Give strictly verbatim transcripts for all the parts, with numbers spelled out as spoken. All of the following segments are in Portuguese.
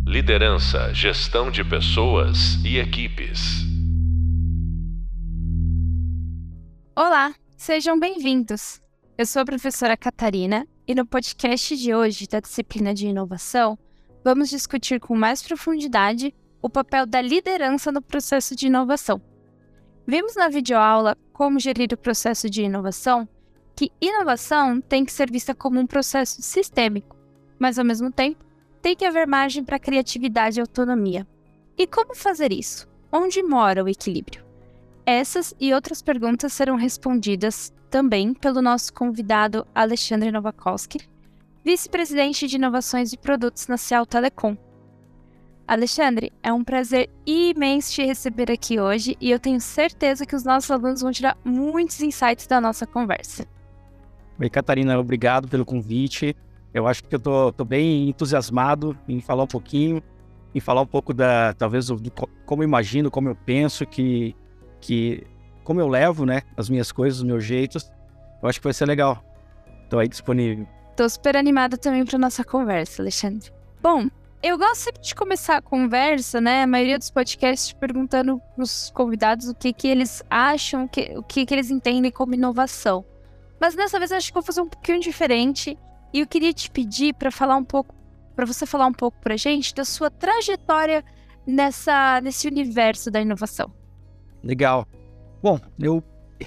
Liderança, gestão de pessoas e equipes. Olá, sejam bem-vindos. Eu sou a professora Catarina e no podcast de hoje da disciplina de inovação, vamos discutir com mais profundidade o papel da liderança no processo de inovação. Vimos na videoaula como gerir o processo de inovação que inovação tem que ser vista como um processo sistêmico, mas ao mesmo tempo tem que haver margem para criatividade e autonomia. E como fazer isso? Onde mora o equilíbrio? Essas e outras perguntas serão respondidas também pelo nosso convidado Alexandre Nowakowski, vice-presidente de inovações e produtos na Cial Telecom. Alexandre, é um prazer imenso te receber aqui hoje e eu tenho certeza que os nossos alunos vão tirar muitos insights da nossa conversa. Oi, Catarina, obrigado pelo convite. Eu acho que eu tô, tô bem entusiasmado em falar um pouquinho, em falar um pouco da, talvez, do, do, como eu imagino, como eu penso, que, que, como eu levo, né, as minhas coisas, os meus jeitos. Eu acho que vai ser legal. Tô aí disponível. Tô super animada também para nossa conversa, Alexandre. Bom, eu gosto sempre de começar a conversa, né, a maioria dos podcasts perguntando pros convidados o que que eles acham, o que, o que que eles entendem como inovação. Mas dessa vez eu acho que vou fazer um pouquinho diferente. E eu queria te pedir para falar um pouco, para você falar um pouco para a gente da sua trajetória nessa, nesse universo da inovação. Legal. Bom, eu,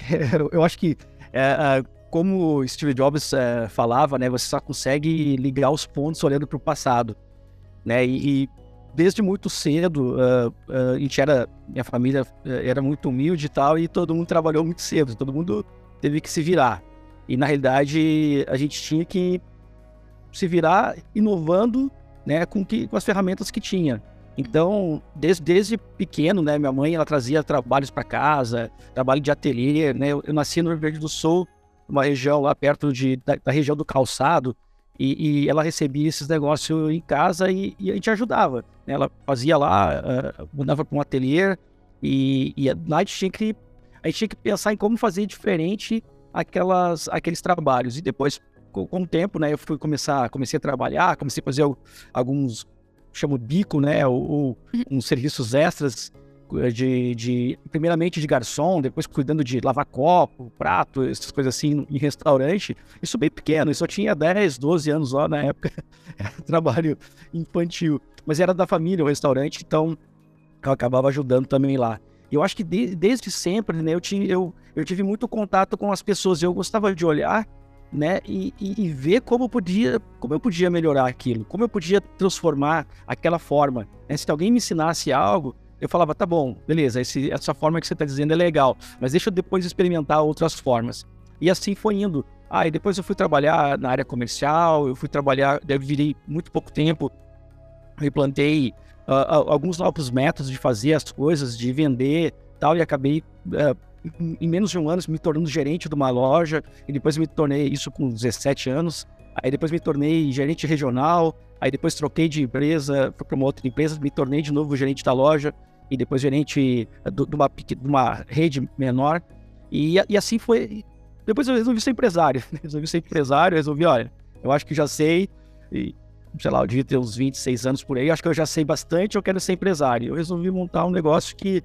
eu acho que, é, como Steve Jobs é, falava, né, você só consegue ligar os pontos olhando para o passado, né? E, e desde muito cedo, uh, uh, a gente era, minha família era muito humilde e tal, e todo mundo trabalhou muito cedo, todo mundo teve que se virar. E na realidade a gente tinha que se virar inovando, né, com, que, com as ferramentas que tinha. Então, desde, desde pequeno, né, minha mãe ela trazia trabalhos para casa, trabalho de ateliê, né, eu, eu nasci no Rio Grande do Sul, uma região lá perto de, da, da região do Calçado, e, e ela recebia esses negócios em casa e, e a gente ajudava, né, ela fazia lá, uh, mandava para um ateliê, e, e lá a gente tinha que, a gente tinha que pensar em como fazer diferente aquelas, aqueles trabalhos, e depois com, com o tempo, né, eu fui começar, comecei a trabalhar, comecei a fazer alguns, chamo bico, né, ou, ou uns serviços extras de, de, primeiramente de garçom, depois cuidando de lavar copo, prato, essas coisas assim, em restaurante. Isso bem pequeno, isso eu tinha dez, doze anos lá na época, era trabalho infantil, mas era da família o restaurante, então eu acabava ajudando também lá. Eu acho que de, desde sempre, né, eu, tinha, eu, eu tive muito contato com as pessoas, eu gostava de olhar, né, e, e, e ver como, podia, como eu podia melhorar aquilo, como eu podia transformar aquela forma. Né? Se alguém me ensinasse algo, eu falava, tá bom, beleza, esse, essa forma que você está dizendo é legal, mas deixa eu depois experimentar outras formas. E assim foi indo. Ah, e depois eu fui trabalhar na área comercial, eu fui trabalhar, eu virei muito pouco tempo, eu implantei Uh, alguns novos métodos de fazer as coisas, de vender tal, e acabei uh, em menos de um ano me tornando gerente de uma loja, e depois me tornei isso com dezessete anos, aí depois me tornei gerente regional, aí depois troquei de empresa, fui para uma outra empresa, me tornei de novo gerente da loja, e depois gerente de uma, de uma rede menor, e, e assim foi. Depois eu resolvi ser empresário, resolvi ser empresário, resolvi, olha, eu acho que já sei, e sei lá, eu devia ter uns vinte e seis anos por aí, acho que eu já sei bastante, eu quero ser empresário. Eu resolvi montar um negócio que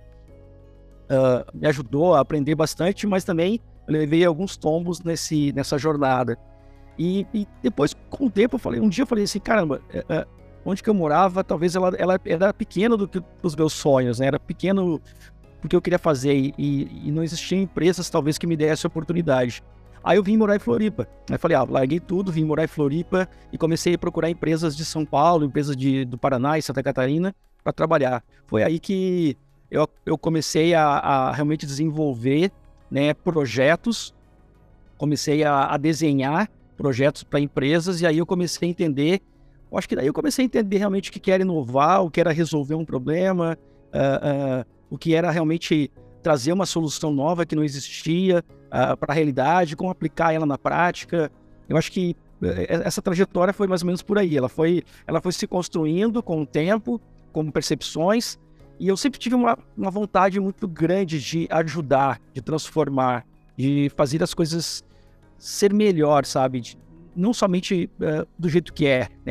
uh, me ajudou a aprender bastante, mas também eu levei alguns tombos nesse, nessa jornada. E, e depois, com o tempo, eu falei, um dia eu falei assim, caramba, uh, onde que eu morava, talvez ela, ela era pequena do que os meus sonhos, né? Era pequeno porque eu queria fazer, e, e não existiam empresas talvez que me dessem oportunidade. Aí eu vim morar em Floripa. Aí falei, ah, larguei tudo, vim morar em Floripa e comecei a procurar empresas de São Paulo, empresas de, do Paraná e Santa Catarina para trabalhar. Foi aí que eu, eu comecei a, a realmente desenvolver, né, projetos, comecei a, a desenhar projetos para empresas, e aí eu comecei a entender, eu acho que daí eu comecei a entender realmente o que era inovar, o que era resolver um problema, uh, uh, o que era realmente trazer uma solução nova que não existia uh, para a realidade, como aplicar ela na prática. Eu acho que uh, essa trajetória foi mais ou menos por aí. Ela foi, ela foi se construindo com o tempo, com percepções, e eu sempre tive uma, uma vontade muito grande de ajudar, de transformar, de fazer as coisas ser melhor, sabe? De, não somente uh, do jeito que é, né? Eu,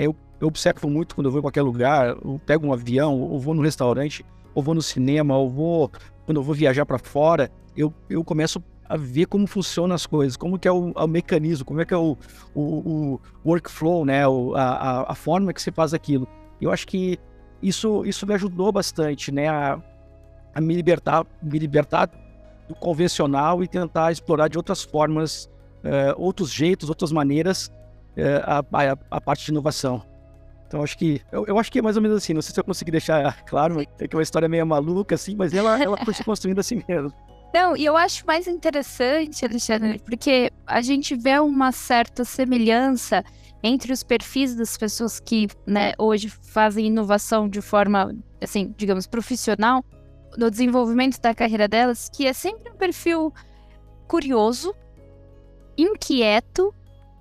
eu observo muito quando eu vou em qualquer lugar, eu pego um avião, ou vou no restaurante, ou vou no cinema, ou vou, quando eu vou viajar para fora, eu, eu começo a ver como funcionam as coisas, como que é o, o mecanismo, como é que é o, o, o workflow, né, o, a, a forma que você faz aquilo. Eu acho que isso, isso me ajudou bastante, né, a, a me libertar, me libertar do convencional e tentar explorar de outras formas, uh, outros jeitos, outras maneiras, uh, a, a, a parte de inovação. Então, acho que, eu, eu acho que é mais ou menos assim, não sei se eu consegui deixar claro, é que é uma história meio maluca, assim, mas ela, ela foi se construindo assim mesmo. Não, e eu acho mais interessante, Alexandre, porque a gente vê uma certa semelhança entre os perfis das pessoas que, né, hoje fazem inovação de forma, assim, digamos, profissional, no desenvolvimento da carreira delas, que é sempre um perfil curioso, inquieto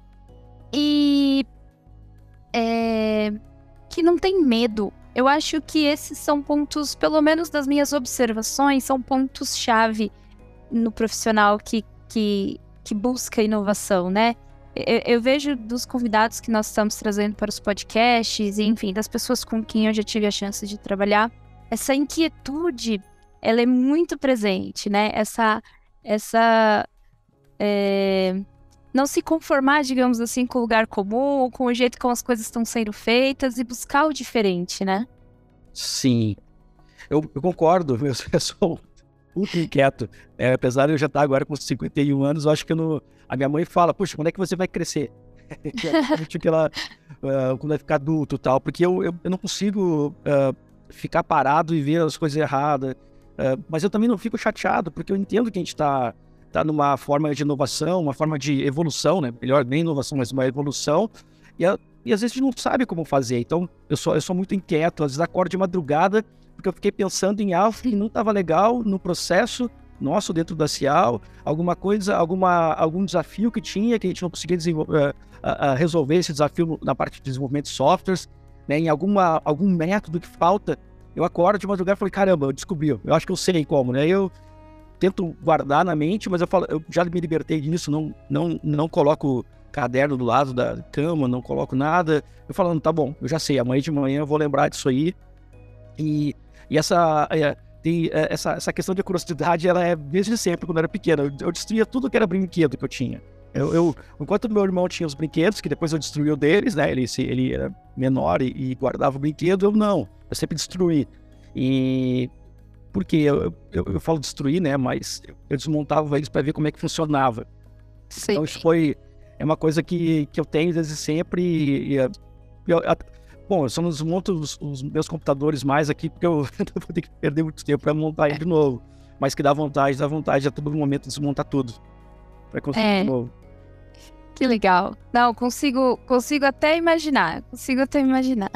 e é, que não tem medo. Eu acho que esses são pontos, pelo menos das minhas observações, são pontos-chave no profissional que, que, que busca inovação, né? Eu, eu vejo dos convidados que nós estamos trazendo para os podcasts, e, enfim, das pessoas com quem eu já tive a chance de trabalhar, essa inquietude, ela é muito presente, né? Essa, essa é, não se conformar, digamos assim, com o lugar comum, com o jeito como as coisas estão sendo feitas e buscar o diferente, né? Sim, eu, eu concordo, eu, eu sou muito inquieto, é, apesar de eu já estar agora com cinquenta e um anos, eu acho que eu não... a minha mãe fala, puxa, quando é que você vai crescer? que ela, uh, quando vai ficar adulto e tal, porque eu, eu, eu não consigo uh, ficar parado e ver as coisas erradas, uh, mas eu também não fico chateado, porque eu entendo que a gente está tá numa forma de inovação, uma forma de evolução, né? Melhor, nem inovação, mas uma evolução, e, a, e às vezes a gente não sabe como fazer, então eu sou, eu sou muito inquieto, às vezes acordo de madrugada, porque eu fiquei pensando em algo que não estava legal no processo nosso dentro da Cial, alguma coisa, alguma, algum desafio que tinha, que a gente não conseguia desenvolver, uh, uh, uh, resolver esse desafio na parte de desenvolvimento de softwares, né, em alguma, algum método que falta, eu acordo de madrugada e falei, caramba, eu descobri, eu acho que eu sei como, né, eu tento guardar na mente, mas eu falo, eu já me libertei disso, não, não, não coloco caderno do lado da cama, não coloco nada, eu falando, tá bom, eu já sei, amanhã de manhã eu vou lembrar disso aí, e, e essa... É, tem, é, essa, essa questão de curiosidade, ela é desde sempre, quando eu era pequeno, eu, eu destruía tudo que era brinquedo que eu tinha. Eu, eu, enquanto meu irmão tinha os brinquedos, que depois eu destruí o deles, né, ele, ele era menor e, e guardava o brinquedo, eu não, eu sempre destruí. E porque eu, eu, eu falo destruir, né, mas eu desmontava eles para ver como é que funcionava. Sim. Então isso foi, é uma coisa que, que eu tenho desde sempre e, e eu, bom, eu só não desmonto os, os meus computadores mais aqui, porque eu vou ter que perder muito tempo para montar ele de novo. Mas que dá vontade, dá vontade a todo momento desmontar tudo para construir é. de novo. Que legal. Não, consigo, consigo até imaginar. Consigo até imaginar.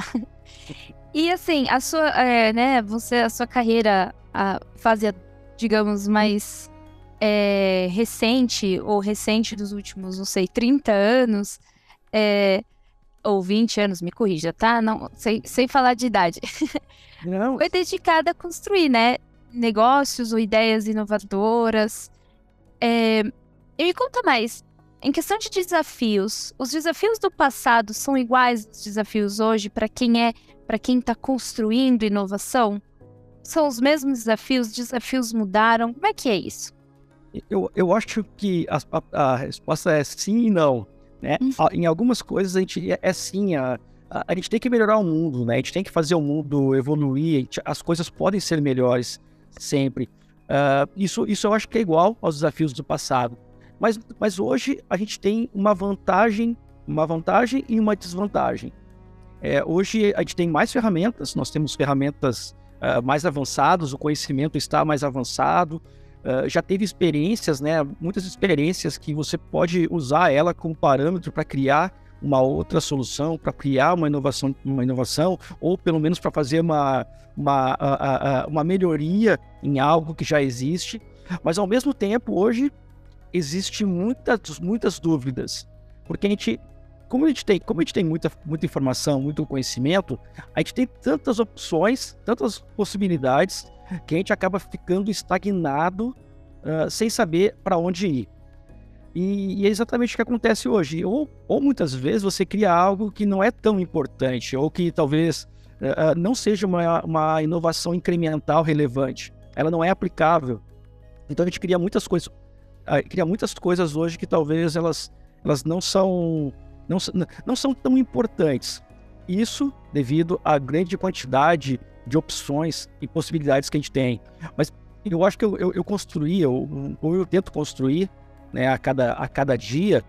E assim, a sua, é, né, você, a sua carreira, a fase, digamos, mais é, recente, ou recente dos últimos, não sei, trinta anos, é, ou vinte anos, me corrija, tá? Não, sem, sem falar de idade. Não. Foi dedicada a construir, né? Negócios ou ideias inovadoras. É, e me conta mais, em questão de desafios, os desafios do passado são iguais aos desafios hoje para quem é, para quem está construindo inovação? São os mesmos desafios? Desafios mudaram? Como é que é isso? Eu, eu acho que a, a, a resposta é sim e não. Né? Uhum. Em algumas coisas a gente é, é sim, a, a, a gente tem que melhorar o mundo, né? A gente tem que fazer o mundo evoluir, gente, as coisas podem ser melhores sempre. Uh, isso, isso eu acho que é igual aos desafios do passado. Mas, mas hoje a gente tem uma vantagem, uma vantagem e uma desvantagem. É, hoje a gente tem mais ferramentas, nós temos ferramentas uh, mais avançadas, o conhecimento está mais avançado. Uh, já teve experiências, né, muitas experiências que você pode usar ela como parâmetro para criar uma outra solução, para criar uma inovação, uma inovação, ou pelo menos para fazer uma, uma, a, a, uma melhoria em algo que já existe. Mas ao mesmo tempo, hoje, existe muitas, muitas dúvidas, porque a gente, como a gente tem, como a gente tem muita, muita informação, muito conhecimento, a gente tem tantas opções, tantas possibilidades, que a gente acaba ficando estagnado uh, sem saber para onde ir. E, e é exatamente o que acontece hoje. Ou, ou muitas vezes você cria algo que não é tão importante, ou que talvez uh, não seja uma, uma inovação incremental relevante. Ela não é aplicável. Então a gente cria muitas coisas, uh, cria muitas coisas hoje que talvez elas, elas não são, não, não são tão importantes. Isso devido à grande quantidade de opções e possibilidades que a gente tem. Mas eu acho que eu, eu, eu construí, ou eu, eu tento construir, né, a, cada, a cada dia,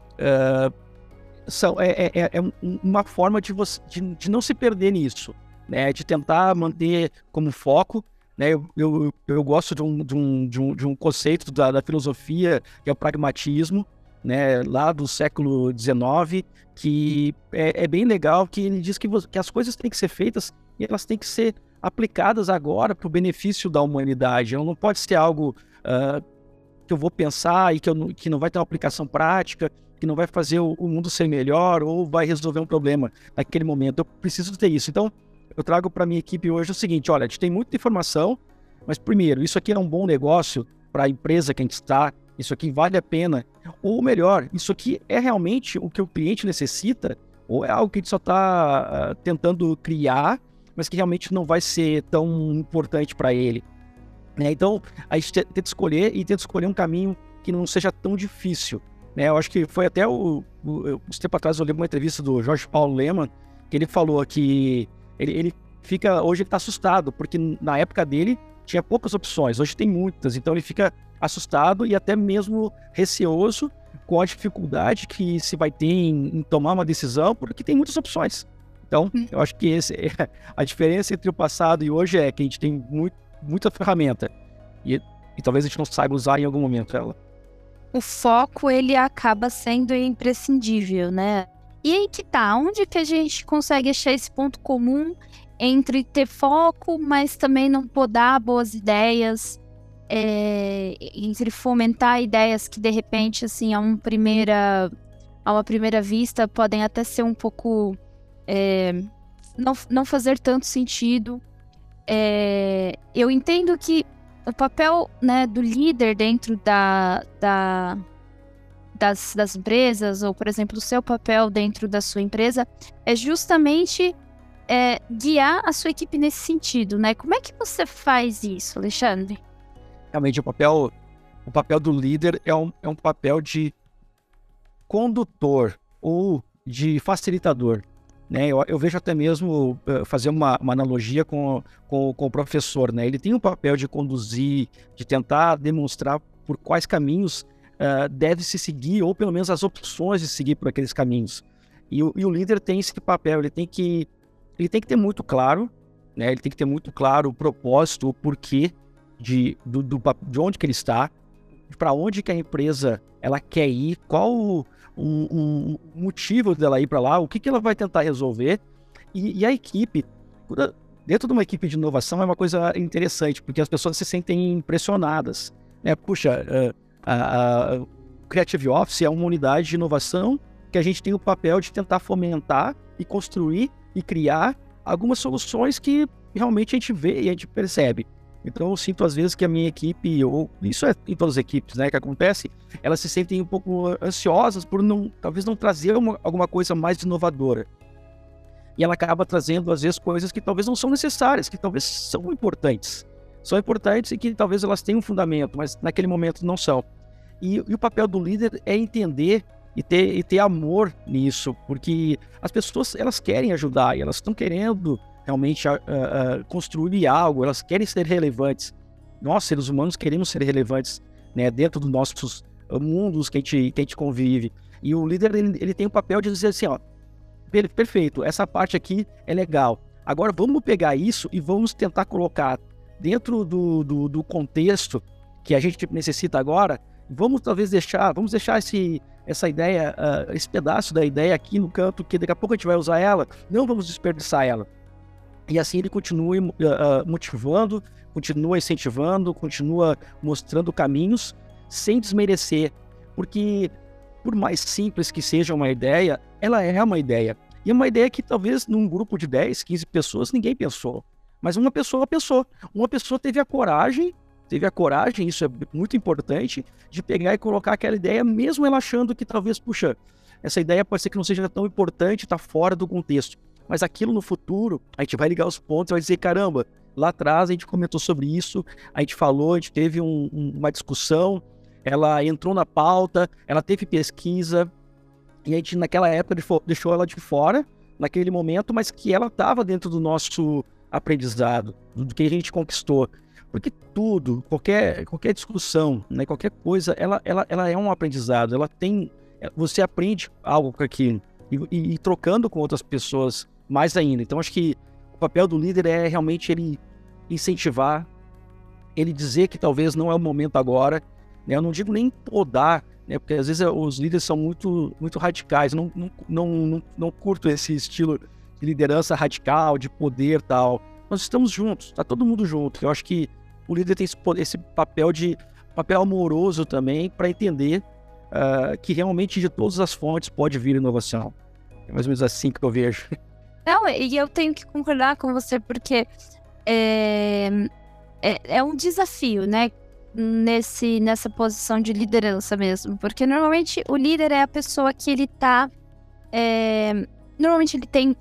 uh, são, é, é, é uma forma de, você, de, de não se perder nisso, né, de tentar manter como foco. Né, eu, eu, eu gosto de um, de um, de um, de um conceito da, da filosofia, que é o pragmatismo, né, lá do século dezenove, que é, é bem legal, que ele diz que, você, que as coisas têm que ser feitas e elas têm que ser aplicadas agora para o benefício da humanidade. Ela não pode ser algo uh, que eu vou pensar e que, eu, que não vai ter uma aplicação prática, que não vai fazer o, o mundo ser melhor ou vai resolver um problema naquele momento. Eu preciso ter isso. Então, eu trago para a minha equipe hoje o seguinte: olha, a gente tem muita informação, mas primeiro, isso aqui é um bom negócio para a empresa que a gente está, isso aqui vale a pena, ou melhor, isso aqui é realmente o que o cliente necessita, ou é algo que a gente só está uh, tentando criar, mas que realmente não vai ser tão importante para ele. Né? Então, a gente tenta escolher e tenta escolher um caminho que não seja tão difícil. Né? Eu acho que foi até o, o, uns tempo atrás eu li uma entrevista do Jorge Paulo Lemann, que ele falou que ele, ele fica, hoje ele está assustado, porque na época dele tinha poucas opções, hoje tem muitas, então ele fica assustado e até mesmo receoso com a dificuldade que se vai ter em, em tomar uma decisão, porque tem muitas opções. Então, eu acho que esse é a diferença entre o passado e hoje, é que a gente tem muito, muita ferramenta e, e talvez a gente não saiba usar em algum momento ela. O foco, ele acaba sendo imprescindível, né? E aí que tá, onde que a gente consegue achar esse ponto comum entre ter foco, mas também não podar boas ideias, é, entre fomentar ideias que de repente, assim, a, um primeira, a uma primeira vista podem até ser um pouco, é, não, não fazer tanto sentido. É, eu entendo que o papel, né, do líder dentro da, da, das, das empresas, ou, por exemplo, o seu papel dentro da sua empresa, é justamente é, guiar a sua equipe nesse sentido, né? Como é que você faz isso, Alexandre? Realmente, o papel, o papel do líder é um, é um papel de condutor ou de facilitador. Né, eu, eu vejo até mesmo uh, fazer uma, uma analogia com, com, com o professor. Né? Ele tem um papel de conduzir, de tentar demonstrar por quais caminhos uh, deve se seguir, ou pelo menos as opções de seguir por aqueles caminhos. E o, e o líder tem esse papel, ele tem que, ele tem que ter muito claro, né? Ele tem que ter muito claro o propósito, o porquê de, do, do, de onde que ele está, para onde que a empresa ela quer ir, qual o Um, um motivo dela ir para lá, o que, que ela vai tentar resolver. E, e a equipe, dentro de uma equipe de inovação, é uma coisa interessante, porque as pessoas se sentem impressionadas. Né? Puxa, a, a, a Creative Office é uma unidade de inovação que a gente tem o papel de tentar fomentar e construir e criar algumas soluções que realmente a gente vê e a gente percebe. Então eu sinto às vezes que a minha equipe, ou isso é em todas as equipes, né, que acontece, elas se sentem um pouco ansiosas por não, talvez não trazer uma, alguma coisa mais inovadora. E ela acaba trazendo às vezes coisas que talvez não são necessárias, que talvez são importantes. São importantes e que talvez elas tenham um fundamento, mas naquele momento não são. E, e o papel do líder é entender e ter, e ter amor nisso, porque as pessoas elas querem ajudar e elas estão querendo realmente uh, uh, construir algo, elas querem ser relevantes. Nós, seres humanos, queremos ser relevantes, né, dentro dos nossos mundos que a gente, que a gente convive. E o líder, ele, ele tem o papel de dizer assim, ó, perfeito, essa parte aqui é legal. Agora vamos pegar isso e vamos tentar colocar dentro do, do, do contexto que a gente necessita agora, vamos talvez deixar, vamos deixar esse, essa ideia, uh, esse pedaço da ideia aqui no canto, que daqui a pouco a gente vai usar ela, não vamos desperdiçar ela. E assim ele continua uh, motivando, continua incentivando, continua mostrando caminhos, sem desmerecer. Porque, por mais simples que seja uma ideia, ela é uma ideia. E é uma ideia que talvez num grupo de dez, quinze pessoas ninguém pensou. Mas uma pessoa pensou. Uma pessoa teve a coragem teve a coragem, isso é muito importante, de pegar e colocar aquela ideia, mesmo ela achando que talvez, puxa, essa ideia pode ser que não seja tão importante, está fora do contexto. Mas aquilo no futuro, a gente vai ligar os pontos e vai dizer, caramba, lá atrás a gente comentou sobre isso, a gente falou, a gente teve um, um, uma discussão, ela entrou na pauta, ela teve pesquisa, e a gente naquela época deixou ela de fora, naquele momento, mas que ela estava dentro do nosso aprendizado, do que a gente conquistou. Porque tudo, qualquer, qualquer discussão, né, qualquer coisa, ela, ela, ela é um aprendizado, ela tem, você aprende algo com aquilo, e, e, e trocando com outras pessoas mais ainda. Então acho que o papel do líder é realmente ele incentivar, ele dizer que talvez não é o momento agora, né? Eu não digo nem podar, né? Porque às vezes os líderes são muito, muito radicais, não, não, não, não, não curto esse estilo de liderança radical, de poder e tal. Nós estamos juntos, tá todo mundo junto. Eu acho que o líder tem esse, esse papel de papel amoroso também para entender uh, que realmente de todas as fontes pode vir inovação. É mais ou menos assim que eu vejo. Não, e eu tenho que concordar com você, porque é, é, é um desafio, né? Nesse, nessa posição de liderança mesmo. Porque normalmente o líder é a pessoa que ele tá... É, normalmente ele tem,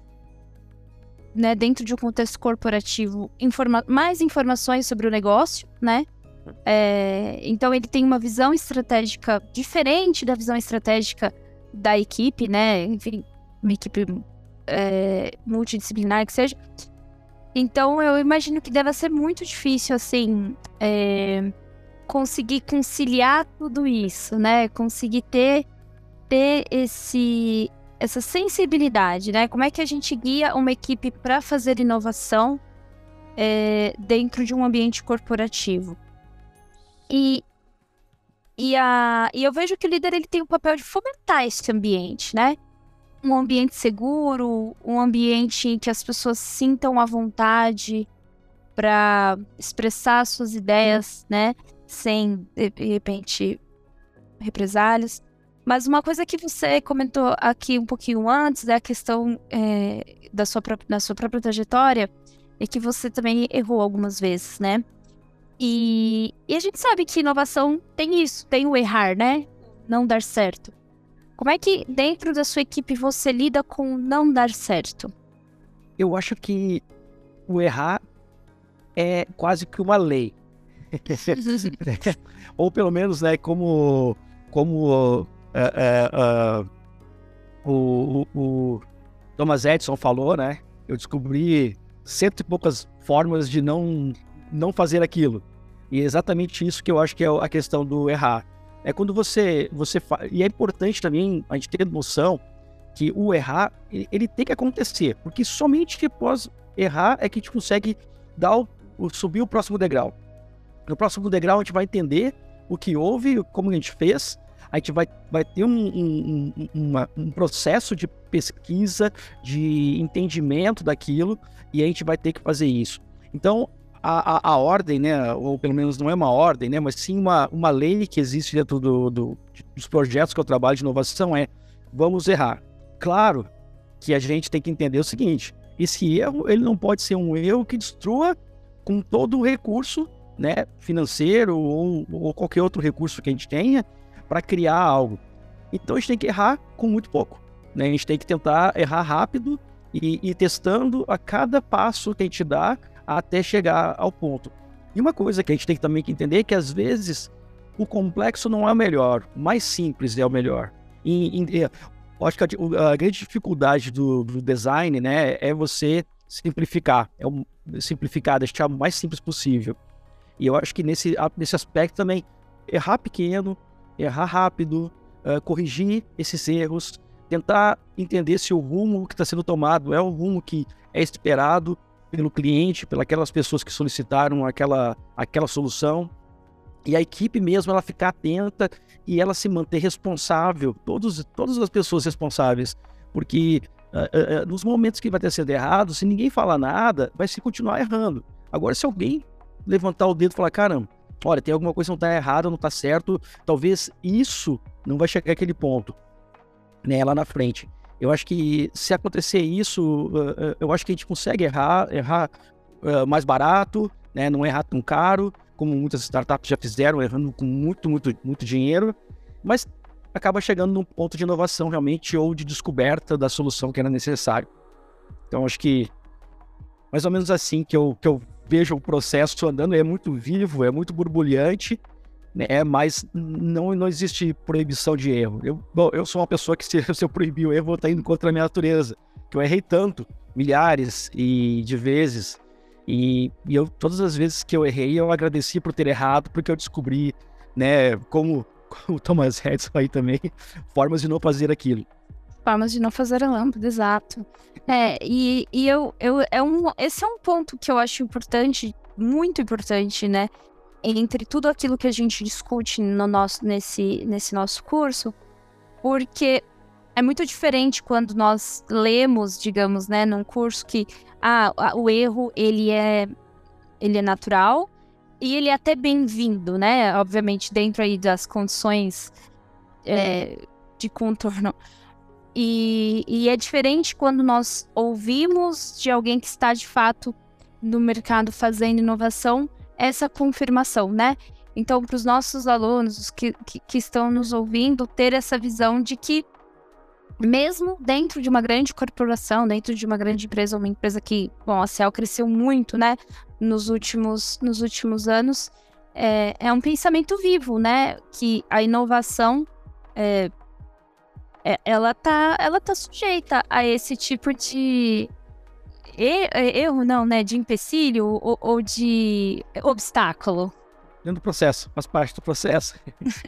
né, dentro de um contexto corporativo, informa- mais informações sobre o negócio, né? É, então ele tem uma visão estratégica diferente da visão estratégica da equipe, né? Enfim, uma equipe é, multidisciplinar que seja. Então eu imagino que deve ser muito difícil, assim, é, conseguir conciliar tudo isso, né? Conseguir ter, ter esse, essa sensibilidade, né? Como é que a gente guia uma equipe para fazer inovação é, dentro de um ambiente corporativo? E, e, a, e eu vejo que o líder ele tem o papel de fomentar esse ambiente, né? Um ambiente seguro, um ambiente em que as pessoas sintam à vontade para expressar suas ideias, né? Sem, de repente, represálias. Mas uma coisa que você comentou aqui um pouquinho antes é a questão é, da, sua própria, da sua própria trajetória, é que você também errou algumas vezes, né? E, e a gente sabe que inovação tem isso, tem o errar, né? Não dar certo. Como é que dentro da sua equipe você lida com não dar certo? Eu acho que o errar é quase que uma lei. Ou pelo menos, né, como, como uh, uh, uh, o, o, o Thomas Edison falou, né? Eu descobri cento e poucas formas de não, não fazer aquilo. E é exatamente isso que eu acho que é a questão do errar. É quando você, você fa... E é importante também a gente ter noção que o errar, ele, ele tem que acontecer, porque somente após errar é que a gente consegue dar o, o, subir o próximo degrau. No próximo degrau a gente vai entender o que houve, como a gente fez, a gente vai, vai ter um, um, um, uma, um processo de pesquisa, de entendimento daquilo, e a gente vai ter que fazer isso. Então, A, a, a ordem, né, ou pelo menos não é uma ordem, né, mas sim uma, uma lei que existe dentro do, do, dos projetos que eu trabalho de inovação é, vamos errar. Claro que a gente tem que entender o seguinte, esse erro ele não pode ser um erro que destrua com todo o recurso, né, financeiro ou, ou qualquer outro recurso que a gente tenha para criar algo. Então a gente tem que errar com muito pouco, né, a gente tem que tentar errar rápido e ir testando a cada passo que a gente dá até chegar ao ponto. E uma coisa que a gente tem também que entender é que às vezes o complexo não é o melhor, o mais simples é o melhor. E, e, eu acho que a, a grande dificuldade do, do design, né, é você simplificar, é um, simplificar, deixar o mais simples possível. E eu acho que nesse, nesse aspecto também, errar pequeno, errar rápido, uh, corrigir esses erros, tentar entender se o rumo que está sendo tomado é o rumo que é esperado pelo cliente, pelas aquelas pessoas que solicitaram aquela, aquela solução, e a equipe mesmo ela ficar atenta e ela se manter responsável, todos, todas as pessoas responsáveis, porque uh, uh, nos momentos que vai ter sido errado, se ninguém falar nada, vai se continuar errando. Agora, se alguém levantar o dedo e falar, caramba, olha, tem alguma coisa que não está errada, não está certo, talvez isso não vai chegar àquele ponto, né, lá na frente. Eu acho que se acontecer isso, uh, uh, eu acho que a gente consegue errar, errar uh, mais barato, né, não errar tão caro, como muitas startups já fizeram, errando com muito, muito, muito dinheiro, mas acaba chegando num ponto de inovação realmente ou de descoberta da solução que era necessário. Então, acho que mais ou menos assim que eu, que eu vejo o processo andando, é muito vivo, é muito borbulhante, né? Mas não, não existe proibição de erro. Eu, bom, eu sou uma pessoa que se, se eu proibir o erro, eu vou estar indo contra a minha natureza, que eu errei tanto, milhares e de vezes, e, e eu, todas as vezes que eu errei, eu agradeci por ter errado, porque eu descobri, né, como o Thomas Edison aí também, formas de não fazer aquilo. Formas de não fazer a lâmpada, exato. É, e, e eu, eu, é um, esse é um ponto que eu acho importante, muito importante, né? Entre tudo aquilo que a gente discute no nosso, nesse, nesse nosso curso, porque é muito diferente quando nós lemos, digamos, né, num curso que ah, o erro, ele é, ele é natural e ele é até bem-vindo, né? Obviamente, dentro aí das condições é, de contorno. E, e é diferente quando nós ouvimos de alguém que está, de fato, no mercado fazendo inovação, essa confirmação, né? Então, para os nossos alunos, os que, que, que estão nos ouvindo, ter essa visão de que, mesmo dentro de uma grande corporação, dentro de uma grande empresa, uma empresa que, bom, a Ciel cresceu muito, né, nos últimos, nos últimos anos, é, é um pensamento vivo, né? Que a inovação... É, ela tá, ela tá sujeita a esse tipo de erro, não, né? De empecilho ou, ou de obstáculo. Dentro do processo, faz parte do processo.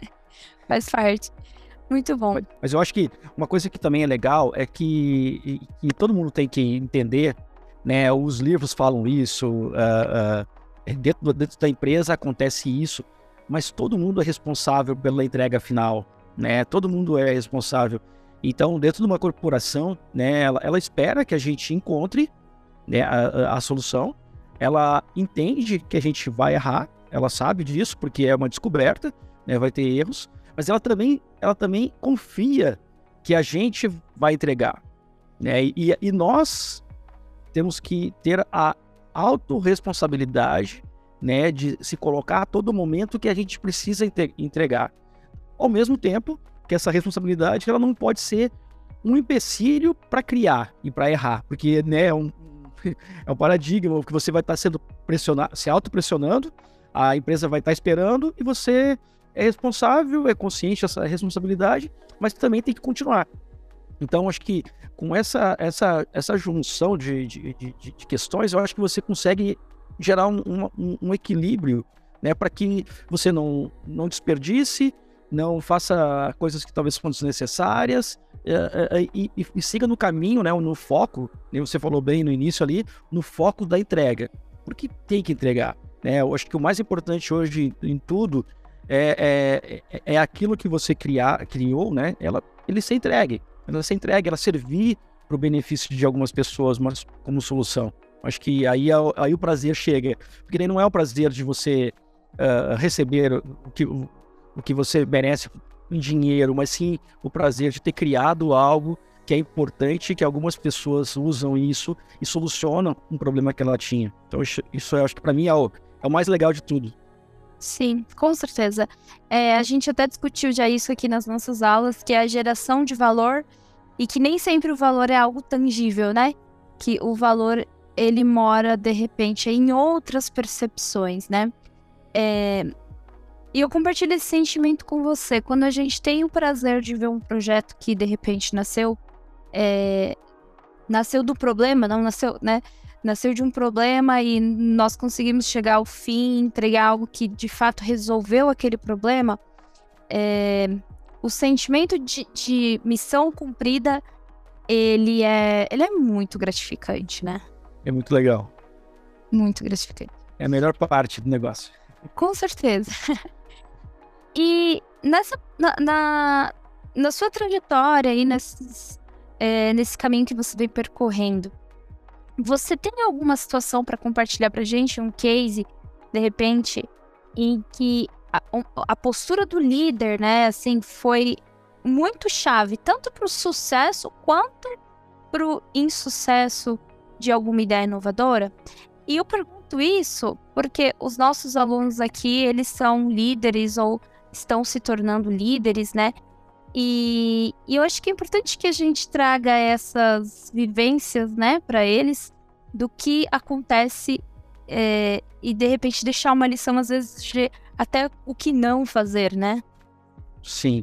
Faz parte. Muito bom. Mas, mas eu acho que uma coisa que também é legal é que, que todo mundo tem que entender, né? Os livros falam isso, uh, uh, dentro, dentro da empresa acontece isso, mas todo mundo é responsável pela entrega final. Né? Todo mundo é responsável. Então, dentro de uma corporação, né, ela, ela espera que a gente encontre, né, a, a solução. Ela entende que a gente vai errar, ela sabe disso, porque é uma descoberta, né, vai ter erros, mas ela também, ela também confia que a gente vai entregar. Né? E, e nós temos que ter a autorresponsabilidade, né, de se colocar a todo momento que a gente precisa entregar. Ao mesmo tempo que essa responsabilidade ela não pode ser um empecilho para criar e para errar, porque né, é, um, é um paradigma que você vai estar sendo pressionado, se autopressionando, a empresa vai estar esperando e você é responsável, é consciente dessa responsabilidade, mas também tem que continuar. Então, acho que com essa, essa, essa junção de, de, de, de questões, eu acho que você consegue gerar um, um, um equilíbrio, né, para que você não, não desperdice, não faça coisas que talvez sejam desnecessárias e, e, e, e siga no caminho, né, no foco, você falou bem no início ali, no foco da entrega, porque tem que entregar. Né? Eu acho que o mais importante hoje em tudo é, é, é aquilo que você criar, criou, né? ela, ele ser entregue, ela ser entregue, ela servir para o benefício de algumas pessoas, mas como solução. Acho que aí, aí o prazer chega, porque daí não é o prazer de você uh, receber o que... o que você merece em dinheiro, mas sim o prazer de ter criado algo que é importante, que algumas pessoas usam isso e solucionam um problema que ela tinha. Então isso, isso eu acho que para mim é o, é o mais legal de tudo. Sim, com certeza. É, a gente até discutiu já isso aqui nas nossas aulas, que é a geração de valor e que nem sempre o valor é algo tangível, né? Que o valor, ele mora, de repente, em outras percepções, né? É... E eu compartilho esse sentimento com você. Quando a gente tem o prazer de ver um projeto que, de repente, nasceu... É... Nasceu do problema, não nasceu, né? Nasceu de um problema e nós conseguimos chegar ao fim, entregar algo que, de fato, resolveu aquele problema. É... O sentimento de, de missão cumprida, ele é, ele é muito gratificante, né? É muito legal. Muito gratificante. É a melhor parte do negócio. Com certeza. E nessa, na, na, na sua trajetória e nesses, é, nesse caminho que você vem percorrendo, você tem alguma situação para compartilhar pra gente, um case, de repente, em que a, a postura do líder, né, assim, foi muito chave, tanto para o sucesso quanto para o insucesso de alguma ideia inovadora? E eu pergunto pergunto isso porque os nossos alunos aqui, eles são líderes ou estão se tornando líderes, né? E, e eu acho que é importante que a gente traga essas vivências, né, para eles, do que acontece é, e, de repente, deixar uma lição, às vezes, de até o que não fazer, né? Sim.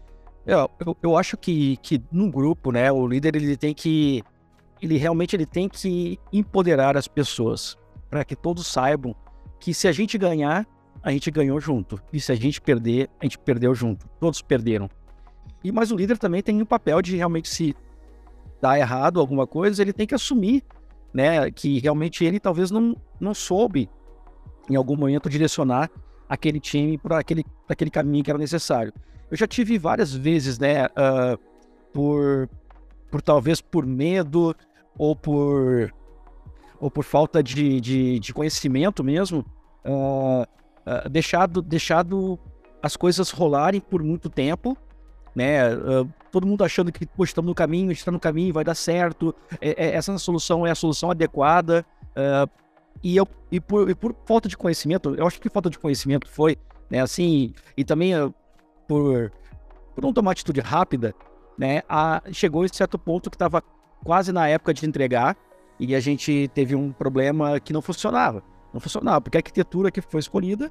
Eu, eu, eu acho que, que num grupo, né, o líder ele tem que, ele realmente ele tem que empoderar as pessoas, para que todos saibam que se a gente ganhar, a gente ganhou junto. E se a gente perder, a gente perdeu junto. Todos perderam. E, mas o líder também tem um papel de realmente, se dar errado alguma coisa, ele tem que assumir, né, que realmente ele talvez não, não soube, em algum momento, direcionar aquele time para aquele, pra aquele caminho que era necessário. Eu já tive várias vezes, né, uh, por, por talvez por medo ou por, ou por falta de, de, de conhecimento mesmo, uh, uh, deixado, deixado as coisas rolarem por muito tempo, né, uh, todo mundo achando que, poxa, estamos no caminho, a gente está no caminho, vai dar certo, é, é, essa solução é a solução adequada, uh, e, eu, e, por, e por falta de conhecimento, eu acho que falta de conhecimento foi, né, assim, e também uh, por, por não tomar atitude rápida, né, a, chegou em certo ponto que estava quase na época de entregar, e a gente teve um problema que não funcionava, não funcionava, porque a arquitetura que foi escolhida,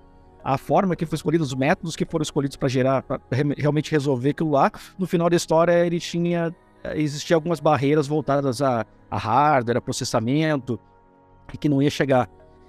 a forma que foi escolhida, os métodos que foram escolhidos para gerar, para realmente resolver aquilo lá, no final da história ele tinha, existia algumas barreiras voltadas a, a hardware, a processamento, e que não ia chegar.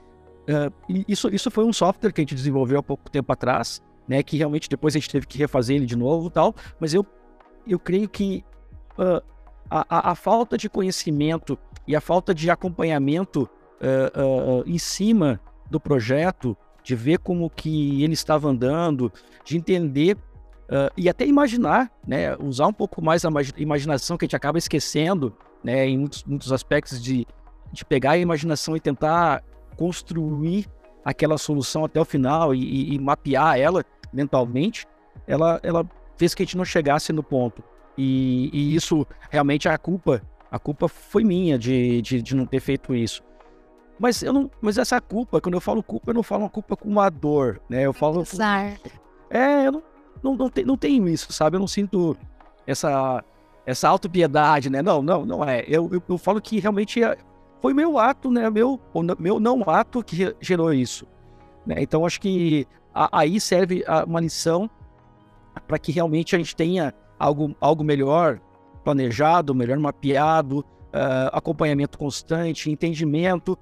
Uh, e isso, isso foi um software que a gente desenvolveu há pouco tempo atrás, né, que realmente depois a gente teve que refazer ele de novo e tal, mas eu, eu creio que uh, a, a, a falta de conhecimento e a falta de acompanhamento uh, uh, em cima do projeto, de ver como que ele estava andando, de entender uh, e até imaginar, né, usar um pouco mais a imaginação, que a gente acaba esquecendo, né, em muitos, muitos aspectos, de, de pegar a imaginação e tentar construir aquela solução até o final e, e, e mapear ela mentalmente, ela, ela fez que a gente não chegasse no ponto. E, e isso, realmente, a culpa, a culpa foi minha de, de, de não ter feito isso. Mas, eu não, mas essa culpa, quando eu falo culpa, eu não falo uma culpa com uma dor, né? Eu falo... Azar. É, eu não, não, não, te, não tenho isso, sabe? Eu não sinto essa, essa autopiedade, né? Não, não, não é. Eu, eu, eu falo que realmente foi meu ato, né? Meu, meu não ato que gerou isso, né? Então, acho que a, aí serve uma lição para que realmente a gente tenha algo, algo melhor planejado, melhor mapeado, uh, acompanhamento constante, entendimento,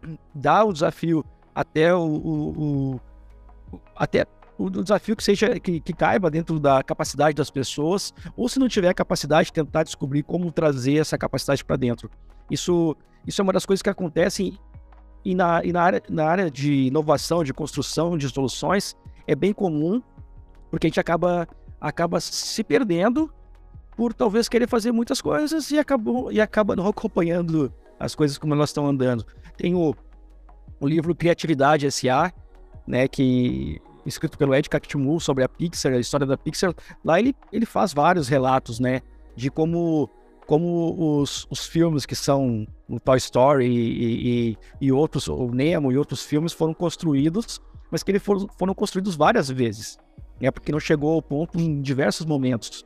dar o desafio até o, o, o até o desafio que seja que, que caiba dentro da capacidade das pessoas, ou se não tiver capacidade, tentar descobrir como trazer essa capacidade para dentro. Isso, isso é uma das coisas que acontecem e, na, e na, área, na área de inovação, de construção de soluções, é bem comum, porque a gente acaba, acaba se perdendo por talvez querer fazer muitas coisas e, acabou, e acaba não acompanhando as coisas como elas estão andando. Tem o, o livro Criatividade S A, né, que, escrito pelo Ed Catmull sobre a Pixar, a história da Pixar. Lá ele, ele faz vários relatos, né, de como, como os, os filmes que são o Toy Story e, e, e outros, o Nemo e outros filmes foram construídos, mas que eles foram, foram construídos várias vezes, né, porque não chegou ao ponto em diversos momentos.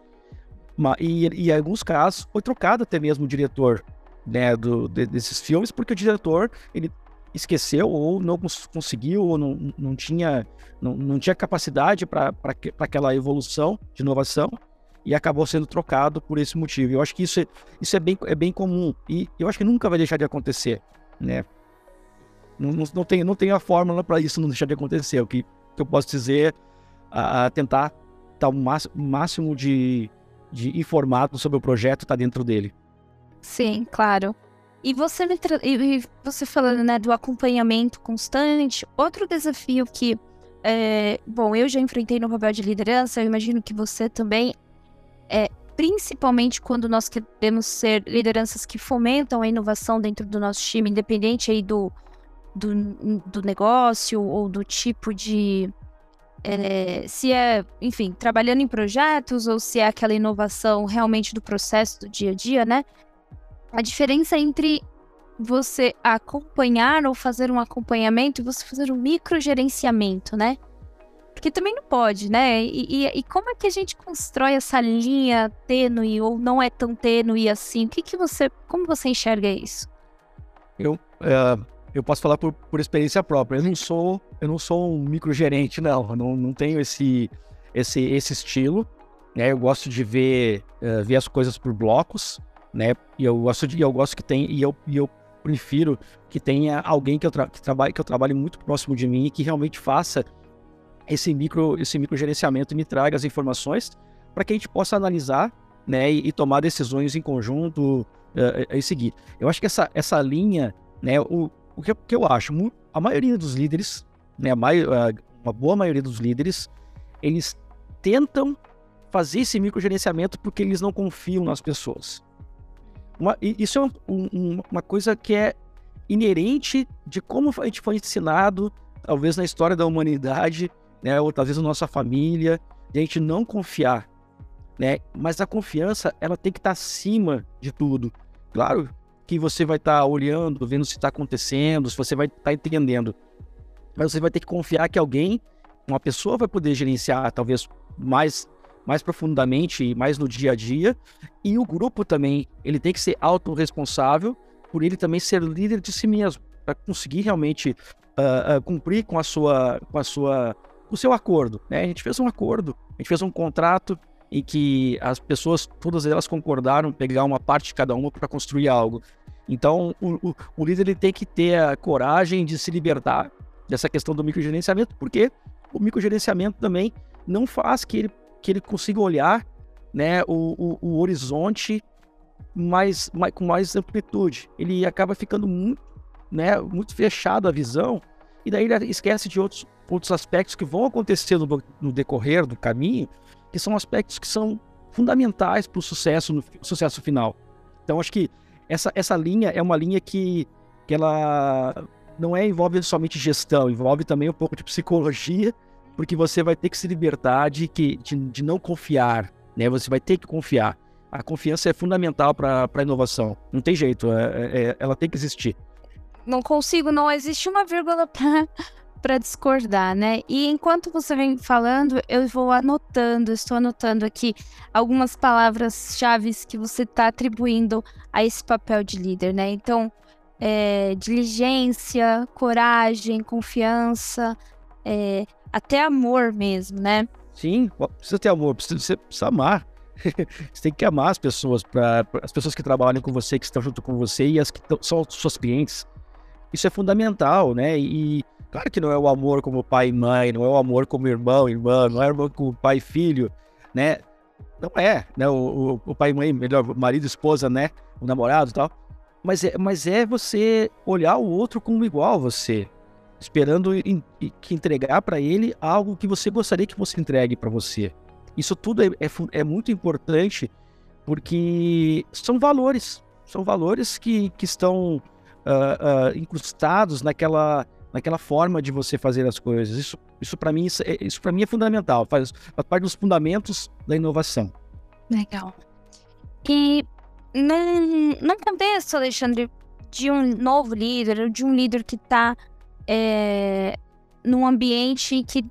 E, e em alguns casos foi trocado até mesmo o diretor, né, do, de, desses filmes, porque o diretor ele esqueceu ou não cons- conseguiu ou não, não, tinha, não, não tinha capacidade para aquela evolução de inovação e acabou sendo trocado por esse motivo. Eu acho que isso é, isso é, bem, é bem comum e eu acho que nunca vai deixar de acontecer, né? Não, não, não, tem, não tem a fórmula para isso não deixar de acontecer. O que, que eu posso dizer a, a tentar estar o máximo, máximo de de informado sobre o projeto está dentro dele. Sim, claro. E você, me tra... e você falando, né, do acompanhamento constante, outro desafio que, é... bom, eu já enfrentei no papel de liderança, eu imagino que você também, é, principalmente quando nós queremos ser lideranças que fomentam a inovação dentro do nosso time, independente aí do, do, do negócio ou do tipo de... É, se é, enfim, trabalhando em projetos ou se é aquela inovação realmente do processo do dia a dia, né? A diferença entre você acompanhar ou fazer um acompanhamento e você fazer um microgerenciamento, né? Porque também não pode, né? E, e, e como é que a gente constrói essa linha tênue ou não é tão tênue assim? O que que você, como você enxerga isso? Eu, é, eu posso falar por, por experiência própria. Eu não sou, eu não sou um microgerente, não. Eu não, não tenho esse, esse, esse estilo, né? Eu gosto de ver, uh, ver as coisas por blocos, né? E eu gosto de, eu gosto que tem, e eu, e eu prefiro que tenha alguém que eu, tra, que, trabalhe, que eu trabalhe muito próximo de mim e que realmente faça esse micro, esse microgerenciamento e me traga as informações para que a gente possa analisar, né, e, e tomar decisões em conjunto uh, e seguir. Eu acho que essa, essa linha, né, o, o que, que eu acho, a maioria dos líderes, né, a mai, uma boa maioria dos líderes, eles tentam fazer esse microgerenciamento porque eles não confiam nas pessoas. Uma, isso é um, um, uma coisa que é inerente de como a gente foi ensinado, talvez na história da humanidade, né, ou talvez na nossa família, de a gente não confiar, né? Mas a confiança, ela tem que estar acima de tudo. Claro que você vai estar olhando, vendo se está acontecendo, se você vai estar entendendo, mas você vai ter que confiar que alguém, uma pessoa vai poder gerenciar talvez mais, mais profundamente e mais no dia a dia, e o grupo também, ele tem que ser autorresponsável por ele também ser líder de si mesmo, para conseguir realmente uh, uh, cumprir com a sua, com a sua, o seu acordo, né? A gente fez um acordo, a gente fez um contrato em que as pessoas, todas elas concordaram pegar uma parte de cada uma para construir algo. Então, o, o, o líder ele tem que ter a coragem de se libertar dessa questão do microgerenciamento, porque o microgerenciamento também não faz que ele, que ele consiga olhar, né, o, o, o horizonte mais, mais, com mais amplitude. Ele acaba ficando muito, né, muito fechado a visão, e daí ele esquece de outros, outros aspectos que vão acontecer no, no decorrer do caminho, que são aspectos que são fundamentais para o sucesso, no sucesso final. Então, acho que essa, essa linha é uma linha que, que ela não é, envolve somente gestão, envolve também um pouco de psicologia, porque você vai ter que se libertar de, que, de, de não confiar, né? Você vai ter que confiar. A confiança é fundamental para a inovação. Não tem jeito, é, é, ela tem que existir. Não consigo, não existe uma vírgula para discordar, né? E enquanto você vem falando, eu vou anotando, estou anotando aqui algumas palavras-chave que você está atribuindo a esse papel de líder, né? Então, é, diligência, coragem, confiança, é, até amor mesmo, né? Sim, precisa ter amor, precisa, você precisa amar. Você tem que amar as pessoas, pra, pra, as pessoas que trabalham com você, que estão junto com você e as que tão, são suas clientes. Isso é fundamental, né? E claro que não é o amor como pai e mãe, não é o amor como irmão e irmã, não é o amor como pai e filho, né? Não é, né? O, o, o pai e mãe, melhor, marido e esposa, né? O namorado e tal. Mas é, mas é você olhar o outro como igual a você, esperando em, em, que entregar para ele algo que você gostaria que você entregue para você. Isso tudo é, é, é muito importante porque são valores, são valores que, que estão uh, uh, incrustados naquela, naquela forma de você fazer as coisas. Isso, isso para mim, isso, isso para mim é fundamental, faz, faz parte dos fundamentos da inovação. Legal. E num, num contexto, Alexandre, de um novo líder, de um líder que está é, num ambiente que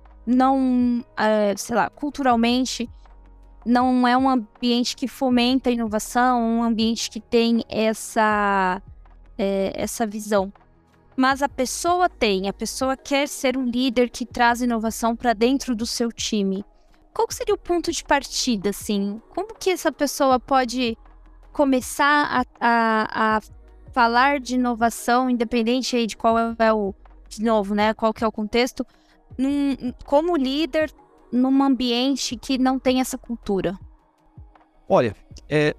não, é, sei lá, culturalmente, não é um ambiente que fomenta a inovação, um ambiente que tem essa, é, essa visão. Mas a pessoa tem, a pessoa quer ser um líder que traz inovação para dentro do seu time. Qual seria o ponto de partida, assim? Como que essa pessoa pode começar a, a, a falar de inovação, independente aí de qual é o, de novo, né, qual que é o contexto, num, como líder num ambiente que não tem essa cultura? Olha, é,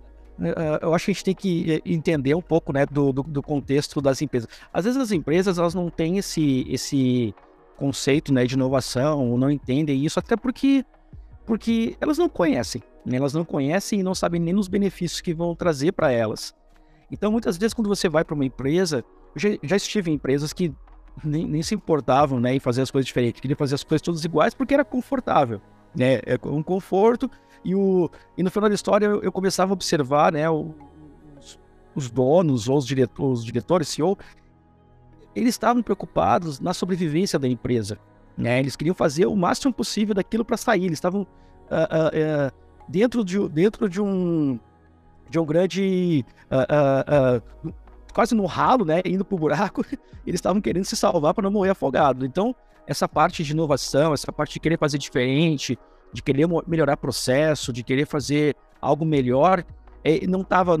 é, eu acho que a gente tem que entender um pouco, né, do, do, do contexto das empresas. Às vezes as empresas elas não têm esse, esse conceito, né, de inovação, não entendem isso, até porque, porque elas não conhecem, né, elas não conhecem e não sabem nem os benefícios que vão trazer para elas. Então, muitas vezes, quando você vai para uma empresa, eu já, já estive em empresas que nem, nem se importavam, né, em fazer as coisas diferentes, queriam fazer as coisas todas iguais porque era confortável, né, é um conforto, e, o, e no final da história eu, eu começava a observar, né, os, os donos ou os, diretor, os diretores, C E O, eles estavam preocupados na sobrevivência da empresa, né? Eles queriam fazer o máximo possível daquilo para sair. Eles estavam uh, uh, uh, dentro, de, dentro de, um, de um grande... Uh, uh, uh, quase no ralo, né? Indo pro buraco. Eles estavam querendo se salvar para não morrer afogado. Então, essa parte de inovação, essa parte de querer fazer diferente, de querer melhorar processo, de querer fazer algo melhor, é, não estava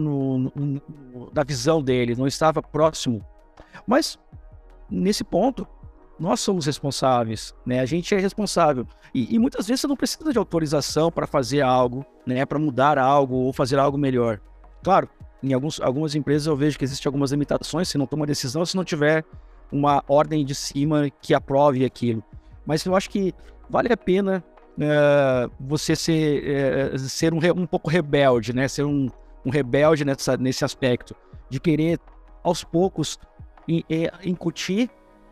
na visão deles, não estava próximo. Mas, nesse ponto, nós somos responsáveis, né? A gente é responsável. E, e muitas vezes você não precisa de autorização para fazer algo, né? Para mudar algo ou fazer algo melhor. Claro, em alguns, algumas empresas eu vejo que existem algumas limitações, se não toma decisão, se não tiver uma ordem de cima que aprove aquilo. Mas eu acho que vale a pena uh, você ser, uh, ser um, um pouco rebelde, né? Ser um, um rebelde nessa, nesse aspecto, de querer, aos poucos, in, in, incutir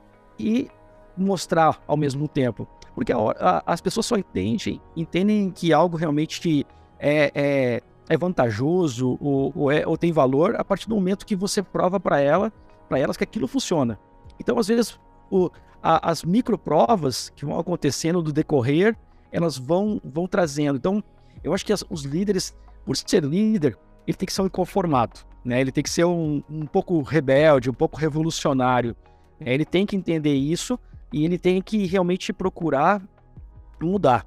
e mostrar ao mesmo tempo. Porque a, a, as pessoas só entendem, entendem que algo realmente é, é, é vantajoso ou, ou, é, ou tem valor a partir do momento que você prova para ela, para elas que aquilo funciona. Então, às vezes, o, a, as microprovas que vão acontecendo do decorrer, elas vão, vão trazendo. Então, eu acho que as, os líderes, por ser líder, ele tem que ser um inconformado, né? Ele tem que ser um, um pouco rebelde, um pouco revolucionário. Né? Ele tem que entender isso e ele tem que realmente procurar mudar.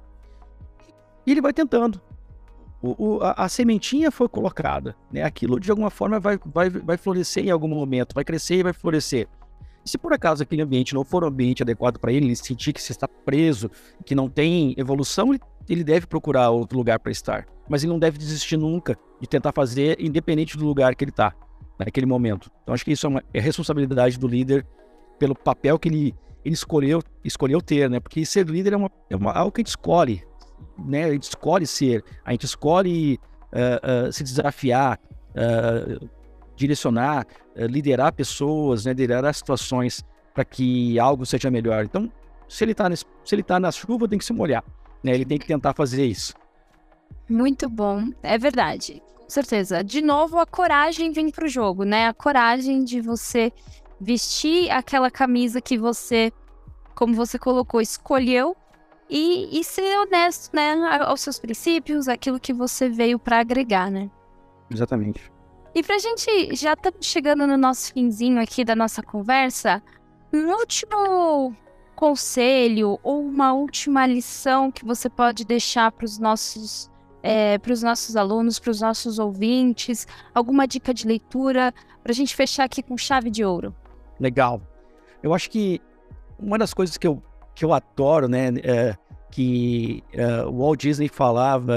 E ele vai tentando. O, o, a, a sementinha foi colocada, né? Aquilo, de alguma forma, vai, vai, vai florescer em algum momento, vai crescer e vai florescer. Se por acaso aquele ambiente não for um ambiente adequado para ele, ele sentir que você está preso, que não tem evolução, ele deve procurar outro lugar para estar. Mas ele não deve desistir nunca de tentar fazer, independente do lugar que ele está, naquele momento. Então acho que isso é, uma, é responsabilidade do líder pelo papel que ele, ele escolheu, escolheu ter, né? Porque ser líder é, uma, é uma, algo que a gente escolhe, né? A gente escolhe ser, a gente escolhe uh, uh, se desafiar, uh, direcionar, liderar pessoas, né, liderar situações para que algo seja melhor. Então, se ele está se ele tá na chuva, tem que se molhar, né? Ele tem que tentar fazer isso. Muito bom, é verdade, com certeza. De novo, a coragem vem pro jogo, né? A coragem de você vestir aquela camisa que você, como você colocou, escolheu e, e ser honesto, né, aos seus princípios, aquilo que você veio para agregar, né? Exatamente. E pra gente, já estamos chegando no nosso finzinho aqui da nossa conversa, um último conselho ou uma última lição que você pode deixar para os nossos, é, para os nossos alunos, para os nossos ouvintes, alguma dica de leitura, para a gente fechar aqui com chave de ouro. Legal. Eu acho que uma das coisas que eu, que eu adoro, né, é, que é, o Walt Disney falava...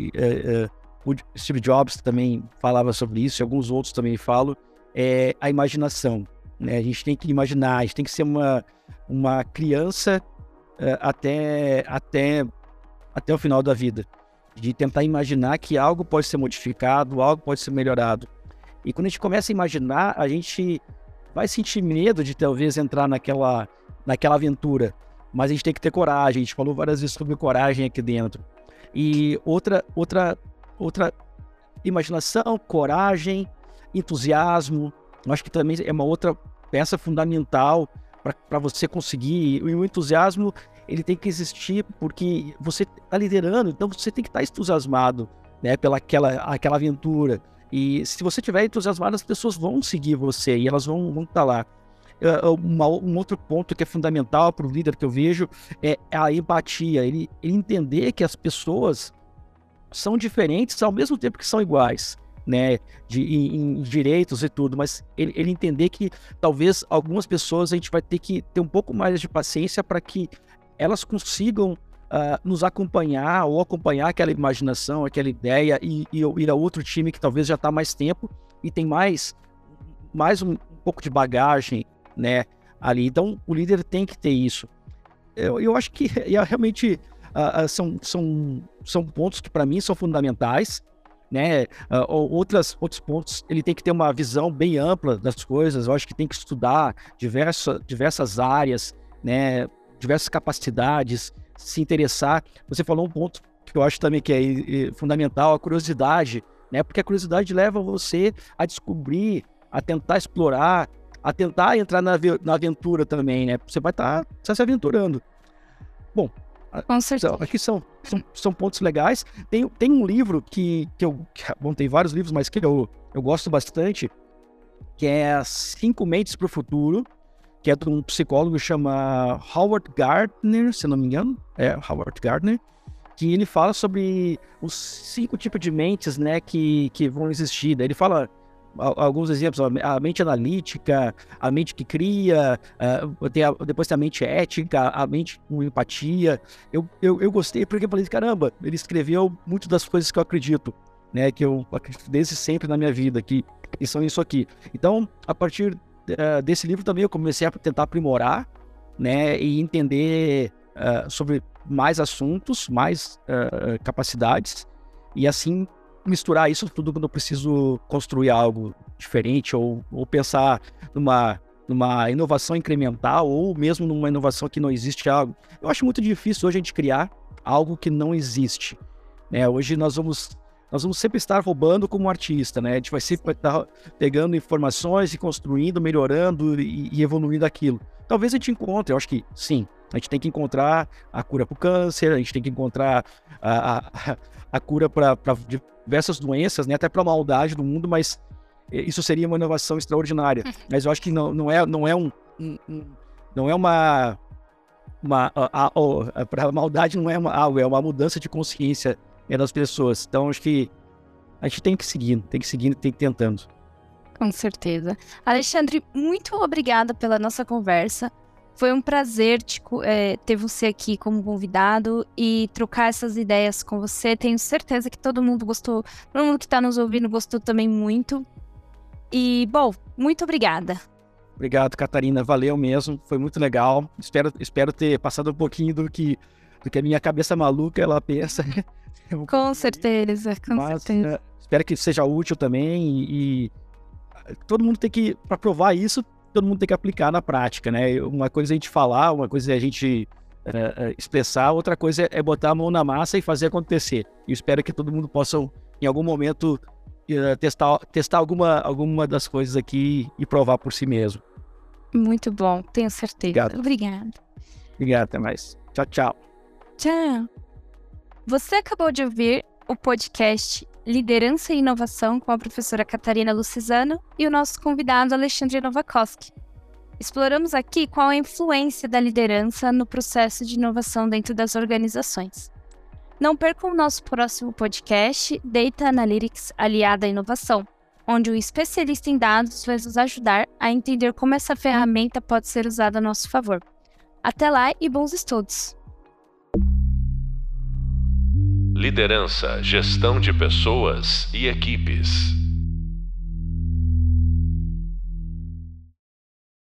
É, é, o Steve Jobs também falava sobre isso, e alguns outros também falam, é a imaginação, né? A gente tem que imaginar, a gente tem que ser uma, uma criança uh, até, até, até o final da vida, de tentar imaginar que algo pode ser modificado, algo pode ser melhorado. E quando a gente começa a imaginar, a gente vai sentir medo de talvez entrar naquela, naquela aventura, mas a gente tem que ter coragem. A gente falou várias vezes sobre coragem aqui dentro. E outra... outra Outra, imaginação, coragem, entusiasmo. Eu acho que também é uma outra peça fundamental para você conseguir. E o entusiasmo, ele tem que existir porque você está liderando, então você tem que estar entusiasmado, né, pela aquela, aquela aventura. E se você estiver entusiasmado, as pessoas vão seguir você e elas vão, vão estar lá. Uma, um outro ponto que é fundamental para o líder que eu vejo é a empatia. Ele, ele entender que as pessoas são diferentes ao mesmo tempo que são iguais, né, de, em, em direitos e tudo, mas ele, ele entender que talvez algumas pessoas a gente vai ter que ter um pouco mais de paciência para que elas consigam uh, nos acompanhar ou acompanhar aquela imaginação, aquela ideia e, e ir a outro time que talvez já está há mais tempo e tem mais, mais um, um pouco de bagagem, né, ali. Então o líder tem que ter isso. Eu, eu acho que é realmente... Uh, uh, são, são, são pontos que para mim são fundamentais, né? Uh, outras, outros pontos, ele tem que ter uma visão bem ampla das coisas. Eu acho que tem que estudar diversa, diversas áreas, né? Diversas capacidades, se interessar. Você falou um ponto que eu acho também que é, é fundamental, a curiosidade, né? Porque a curiosidade leva você a descobrir, a tentar explorar, a tentar entrar na, na aventura também, né? Você vai estar tá, se aventurando. Bom, com certeza. Aqui são, são, são pontos legais. Tem, tem um livro que, que eu... Bom, tem vários livros, mas que eu, eu gosto bastante, que é Cinco Mentes para o Futuro, que é de um psicólogo que chama Howard Gardner, se não me engano. É, Howard Gardner. Que ele fala sobre os cinco tipos de mentes, né, que, que vão existir. Daí ele fala alguns exemplos, a mente analítica, a mente que cria, uh, tem a, depois tem a mente ética, a mente com empatia. Eu, eu, eu gostei porque eu falei, caramba, ele escreveu muito das coisas que eu acredito, né, que eu acredito desde sempre na minha vida, que, que são isso aqui. Então, a partir uh, desse livro também eu comecei a tentar aprimorar, né, e entender uh, sobre mais assuntos, mais uh, capacidades, e assim misturar isso tudo quando eu preciso construir algo diferente ou, ou pensar numa, numa inovação incremental ou mesmo numa inovação que não existe algo. Eu acho muito difícil hoje a gente criar algo que não existe, né? Hoje nós vamos, nós vamos sempre estar roubando como artista, né? A gente vai sempre estar pegando informações e construindo, melhorando e, e evoluindo aquilo. Talvez a gente encontre, eu acho que sim, a gente tem que encontrar a cura para o câncer, a gente tem que encontrar a, a, a cura para diversas doenças, né? Até para a maldade do mundo, mas isso seria uma inovação extraordinária. Mas eu acho que não, não é, não é um, um, um não é uma, uma a, a, a, para a maldade não é uma, algo, é uma mudança de consciência, né, das pessoas. Então acho que a gente tem que seguir, tem que seguir, tem que ir tentando. Com certeza. Alexandre, muito obrigada pela nossa conversa. Foi um prazer te, é, ter você aqui como convidado e trocar essas ideias com você. Tenho certeza que todo mundo gostou, todo mundo que está nos ouvindo gostou também muito. E, bom, muito obrigada. Obrigado, Catarina. Valeu mesmo. Foi muito legal. Espero, espero ter passado um pouquinho do que, do que a minha cabeça maluca ela pensa. Com certeza, com Mas, certeza. É, espero que seja útil também e, e todo mundo tem que, para provar isso, todo mundo tem que aplicar na prática, né? Uma coisa é a gente falar, uma coisa é a gente uh, expressar, outra coisa é botar a mão na massa e fazer acontecer. E espero que todo mundo possa, em algum momento, uh, testar, testar alguma, alguma das coisas aqui e provar por si mesmo. Muito bom, tenho certeza. Obrigado. Obrigada. Obrigado, até mais. Tchau, tchau. Tchau. Você acabou de ouvir o podcast Liderança e Inovação com a professora Catarina Lucizano e o nosso convidado Alexandre Novakoski. Exploramos aqui qual é a influência da liderança no processo de inovação dentro das organizações. Não percam o nosso próximo podcast, Data Analytics Aliada à Inovação, onde um especialista em dados vai nos ajudar a entender como essa ferramenta pode ser usada a nosso favor. Até lá e bons estudos! Liderança, gestão de pessoas e equipes.